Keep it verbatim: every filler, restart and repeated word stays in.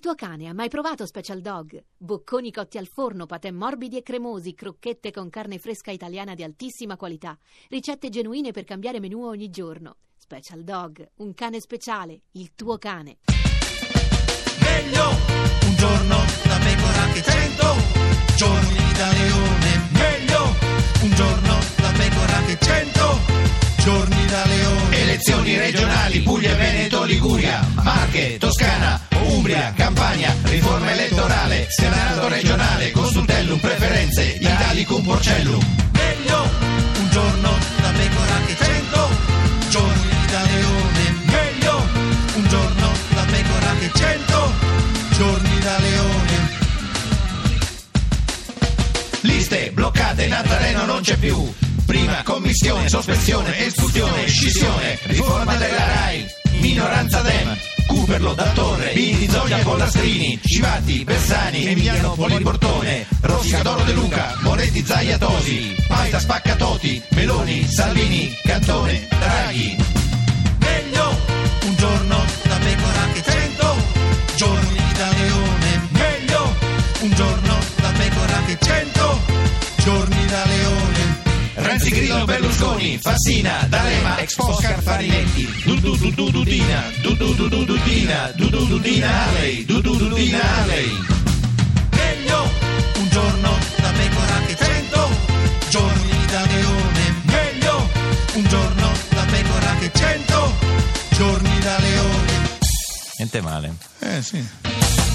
tuo cane ha mai provato Special Dog? Bocconi cotti al forno, patè morbidi e cremosi, crocchette con carne fresca italiana di altissima qualità, ricette genuine per cambiare menù ogni giorno. Special Dog, un cane speciale, il tuo cane. Meglio un giorno da pecora che cento giorni da leone. Meglio un giorno da pecora che cento giorni da leone. Elezioni regionali, Puglia, Veneto, Liguria, Marche, Toscana, Umbria, Campania, riforma elettorale, Senato regionale, Consultellum, preferenze, Italicum, Porcellum. Meglio un giorno da pecora che cento giorni da leone. Meglio un giorno da pecora che cento giorni da leone. Liste bloccate, Nazareno non c'è più. Prima commissione, sospensione, espulsione, scissione, riforma della RAI, minoranza Dem, Cooperlo, da Torre, Bini, Zoglia, Pollastrini, Civati, Bersani, Emiliano, Polibortone, Rossi, Adoro De Luca, Moretti, Zaia, Tosi, Paita, Spaccatoti, Meloni, Salvini, Cantone, Draghi. Meglio un giorno da pecora che cento giorni da leone. Meglio un giorno da pecora che cento giorni da leone. Renzi, Grillo, Berlusconi, Fassina, D'Alema, Expo, Scarfarinetti, Dudu Dudu Dudina, Dudu Dudu Dudina, Dudu Dudina a lei, Dudu Dudina a lei. Meglio un giorno da pecora che cento giorni da leone. Meglio un giorno da pecora che cento giorni da leone. Niente male. Eh sì.